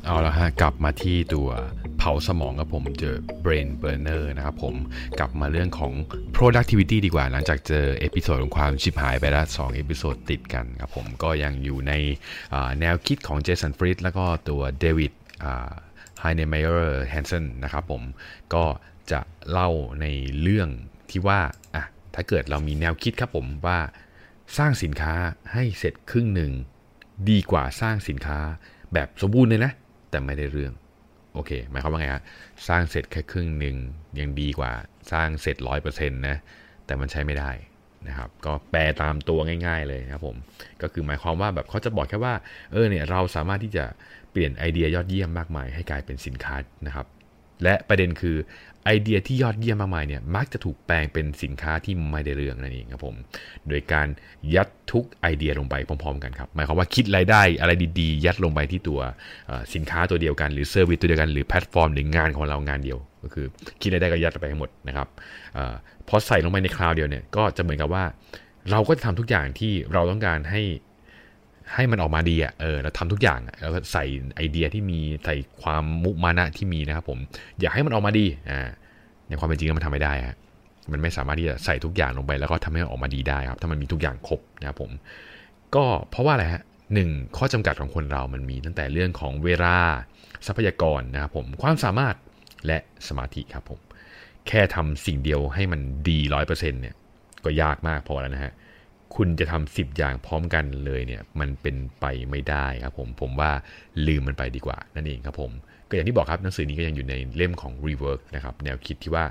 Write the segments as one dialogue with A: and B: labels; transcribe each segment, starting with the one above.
A: เอาละฮะกลับมาที่ตัวเผาสมองครับผมเจอ brain burner นะครับผมกลับมาเรื่องของ productivity ดีกว่าหลังจากเจอเอพิโซดของความชิบหายไปแล้ว2เอพิโซดติดกันครับผมก็ยังอยู่ในแนวคิดของเจสันฟริดแล้วก็ตัวเดวิดไฮเนเมเยอร์แฮนเซนนะครับผมก็จะเล่าในเรื่องที่ว่าถ้าเกิดเรามีแนวคิดครับผมว่าสร้างสินค้าให้เสร็จครึ่งหนึ่งดีกว่าสร้างสินค้าแบบสมบูรณ์เลยนะแต่ไม่ได้เรื่องโอเคหมายความว่าไงฮะสร้างเสร็จแค่ครึ่งหนึ่งยังดีกว่าสร้างเสร็จ 100% นะแต่มันใช้ไม่ได้นะครับก็แปลตามตัวง่ายๆเลยครับผมก็คือหมายความว่าแบบเขาจะบอกแค่ว่าเนี่ยเราสามารถที่จะเปลี่ยนไอเดียยอดเยี่ยมมากมายให้กลายเป็นสินค้านะครับและประเด็นคือไอเดียที่ยอดเยี่ยมมากมายเนี่ยมักจะถูกแปลงเป็นสินค้าที่ไม่ได้เรื่องนั่นเองครับผมโดยการยัดทุกไอเดียลงไปพร้อมๆกันครับหมายความว่าคิดรายได้อะไรดีๆยัดลงไปที่ตัวสินค้าตัวเดียวกันหรือเซอร์วิสตัวเดียวกันหรือแพลตฟอร์มหรืองานของเรางานเดียวก็คือคิดรายได้ก็ยัดลงไปให้หมดนะครับพอใส่ลงไปในคลาวด์เดียวเนี่ยก็จะเหมือนกับว่าเราก็จะทำทุกอย่างที่เราต้องการให้มันออกมาดีเราทำทุกอย่างแล้วก็ใส่ไอเดียที่มีใส่ความมุมานะที่มีนะครับผมอยากให้มันออกมาดีในความเป็นจริงมันทำไม่ได้ฮะมันไม่สามารถที่จะใส่ทุกอย่างลงไปแล้วก็ทำให้ออกมาดีได้ครับถ้ามันมีทุกอย่างครบนะครับผมก็เพราะว่าอะไรฮะ1ข้อจำกัดของคนเรามันมีตั้งแต่เรื่องของเวลาทรัพยากรนะครับผมความสามารถและสมาธิครับผมแค่ทำสิ่งเดียวให้มันดี 100% เนี่ยก็ยากมากพอแล้วนะฮะคุณจะทำ10อย่างพร้อมกันเลยเนี่ยมันเป็นไปไม่ได้ครับผมว่าลืมมันไปดีกว่านั่นเองครับผมก็อย่างที่บอกครับหนังสือนี้ก็ยังอยู่ในเล่มของ Rework นะครับแนวคิดที่ว่า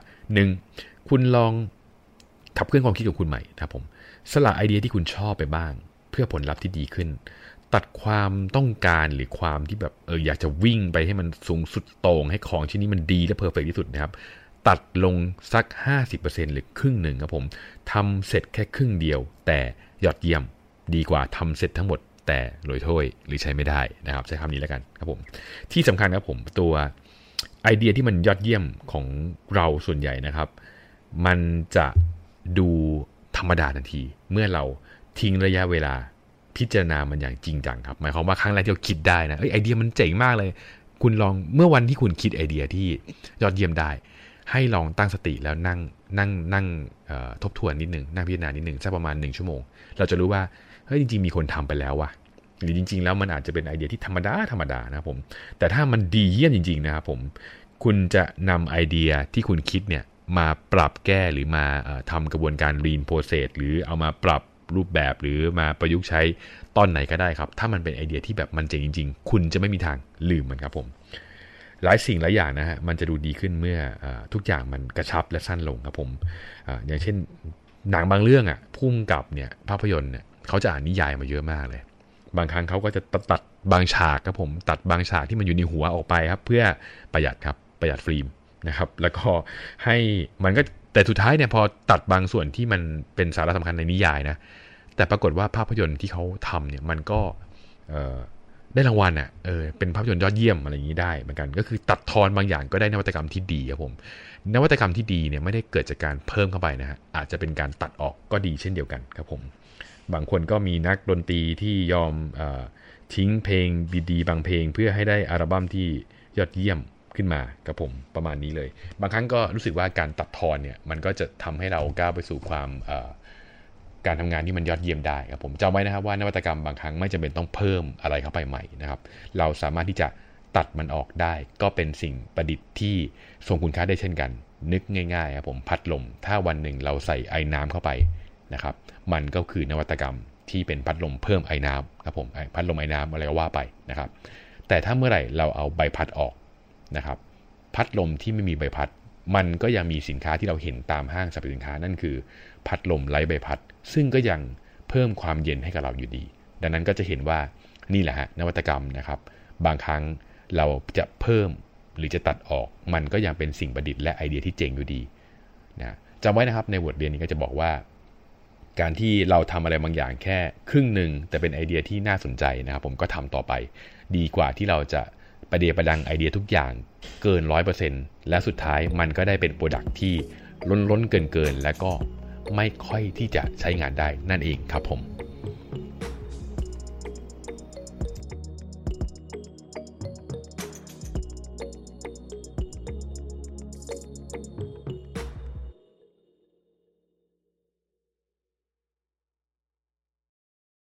A: 1คุณลองขับเคลื่อนความคิดของคุณใหม่นะครับผมสละไอเดียที่คุณชอบไปบ้างเพื่อผลลัพธ์ที่ดีขึ้นตัดความต้องการหรือความที่แบบอยากจะวิ่งไปให้มันสูงสุดโต่งให้ของชิ้นนี้มันดีและเพอร์เฟคที่สุดนะครับตัดลงสัก 50% หรือครึ่งหนึ่งครับผมทำเสร็จแค่ครึ่งเดียวแต่ยอดเยี่ยมดีกว่าทำเสร็จทั้งหมดแต่โรยถ้วยหรือใช้ไม่ได้นะครับใช้คำนี้แล้วกันครับผมที่สำคัญครับผมตัวไอเดียที่มันยอดเยี่ยมของเราส่วนใหญ่นะครับมันจะดูธรรมดาทันทีเมื่อเราทิ้งระยะเวลาพิจารณามันอย่างจริงจังครับหมายความว่าครั้งแรกที่เราคิดได้นะไอเดียมันเจ๋งมากเลยคุณลองเมื่อวันที่คุณคิดไอเดียที่ยอดเยี่ยมได้ให้ลองตั้งสติแล้วนั่งทบทวนนิดนึงนั่งพิจารณานิดนึงสักประมาณ1ชั่วโมงเราจะรู้ว่าเฮ้ยจริงๆมีคนทำไปแล้วว่ะหรือจริงๆแล้วมันอาจจะเป็นไอเดียที่ธรรมดานะครับผมแต่ถ้ามันดีเยี่ยมจริงๆนะครับผมคุณจะนำไอเดียที่คุณคิดเนี่ยมาปรับแก้หรือมาทำกระบวนการ Lean Process หรือเอามาปรับรูปแบบหรือมาประยุกต์ใช้ตอนไหนก็ได้ครับถ้ามันเป็นไอเดียที่แบบมันเจ๋งจริงๆคุณจะไม่มีทางลืมมันครับผมหลายสิ่งหลายอย่างนะฮะมันจะดูดีขึ้นเมื่อทุกอย่างมันกระชับและสั้นลงครับผมอย่างเช่นหนังบางเรื่องพุ่งกับเนี่ยภาพยนตร์เนี่ยเขาจะอ่านนิยายมาเยอะมากเลยบางครั้งเขาก็จะตัดบางฉากครับผมตัดบางฉากที่มันอยู่ในหัวออกไปครับเพื่อประหยัดครับประหยัดฟิล์มนะครับแล้วก็ให้มันก็แต่สุดท้ายเนี่ยพอตัดบางส่วนที่มันเป็นสาระสำคัญในนิยายนะแต่ปรากฏว่าภาพยนตร์ที่เขาทำเนี่ยมันก็ได้รางวัลเป็นภาพยนตร์ยอดเยี่ยมอะไรอย่างนี้ได้เหมือนกันก็คือตัดทอนบางอย่างก็ได้นวัตกรรมที่ดีครับผมนวัตกรรมที่ดีเนี่ยไม่ได้เกิดจากการเพิ่มเข้าไปนะฮะอาจจะเป็นการตัดออกก็ดีเช่นเดียวกันครับผมบางคนก็มีนักดนตรีที่ยอมทิ้งเพลงดีๆบางเพลงเพื่อให้ได้อัลบั้มที่ยอดเยี่ยมขึ้นมาครับผมประมาณนี้เลยบางครั้งก็รู้สึกว่าการตัดทอนเนี่ยมันก็จะทำให้เราก้าวไปสู่ความการทำงานที่มันยอดเยี่ยมได้ครับผมจำไว้นะครับว่านวัตกรรมบางครั้งไม่จำเป็นต้องเพิ่มอะไรเข้าไปใหม่นะครับเราสามารถที่จะตัดมันออกได้ก็เป็นสิ่งประดิษฐ์ที่ทรงคุณค่าได้เช่นกันนึกง่ายๆครับผมพัดลมถ้าวันหนึ่งเราใส่ไอ้น้ำเข้าไปนะครับมันก็คือนวัตกรรมที่เป็นพัดลมเพิ่มไอ้น้ำครับผมพัดลมไอ้น้ำอะไรก็ว่าไปนะครับแต่ถ้าเมื่อไหร่เราเอาใบพัดออกนะครับพัดลมที่ไม่มีใบพัดมันก็ยังมีสินค้าที่เราเห็นตามห้างสรรพสินค้านั่นคือพัดลมไร้ใบพัดซึ่งก็ยังเพิ่มความเย็นให้กับเราอยู่ดีดังนั้นก็จะเห็นว่านี่แหละฮะนวัตกรรมนะครับบางครั้งเราจะเพิ่มหรือจะตัดออกมันก็ยังเป็นสิ่งประดิษฐ์และไอเดียที่เจ๋งอยู่ดีนะจำไว้นะครับในบทเรียนนี้ก็จะบอกว่าการที่เราทำอะไรบางอย่างแค่ครึ่งหนึ่งแต่เป็นไอเดียที่น่าสนใจนะครับผมก็ทำต่อไปดีกว่าที่เราจะประเดประดังไอเดียทุกอย่างเกิน 100% และสุดท้ายมันก็ได้เป็นโปรดักที่ล้นเกินและก็ไม่ค่อยที่จะใช้งานได้นั่นเองครับผม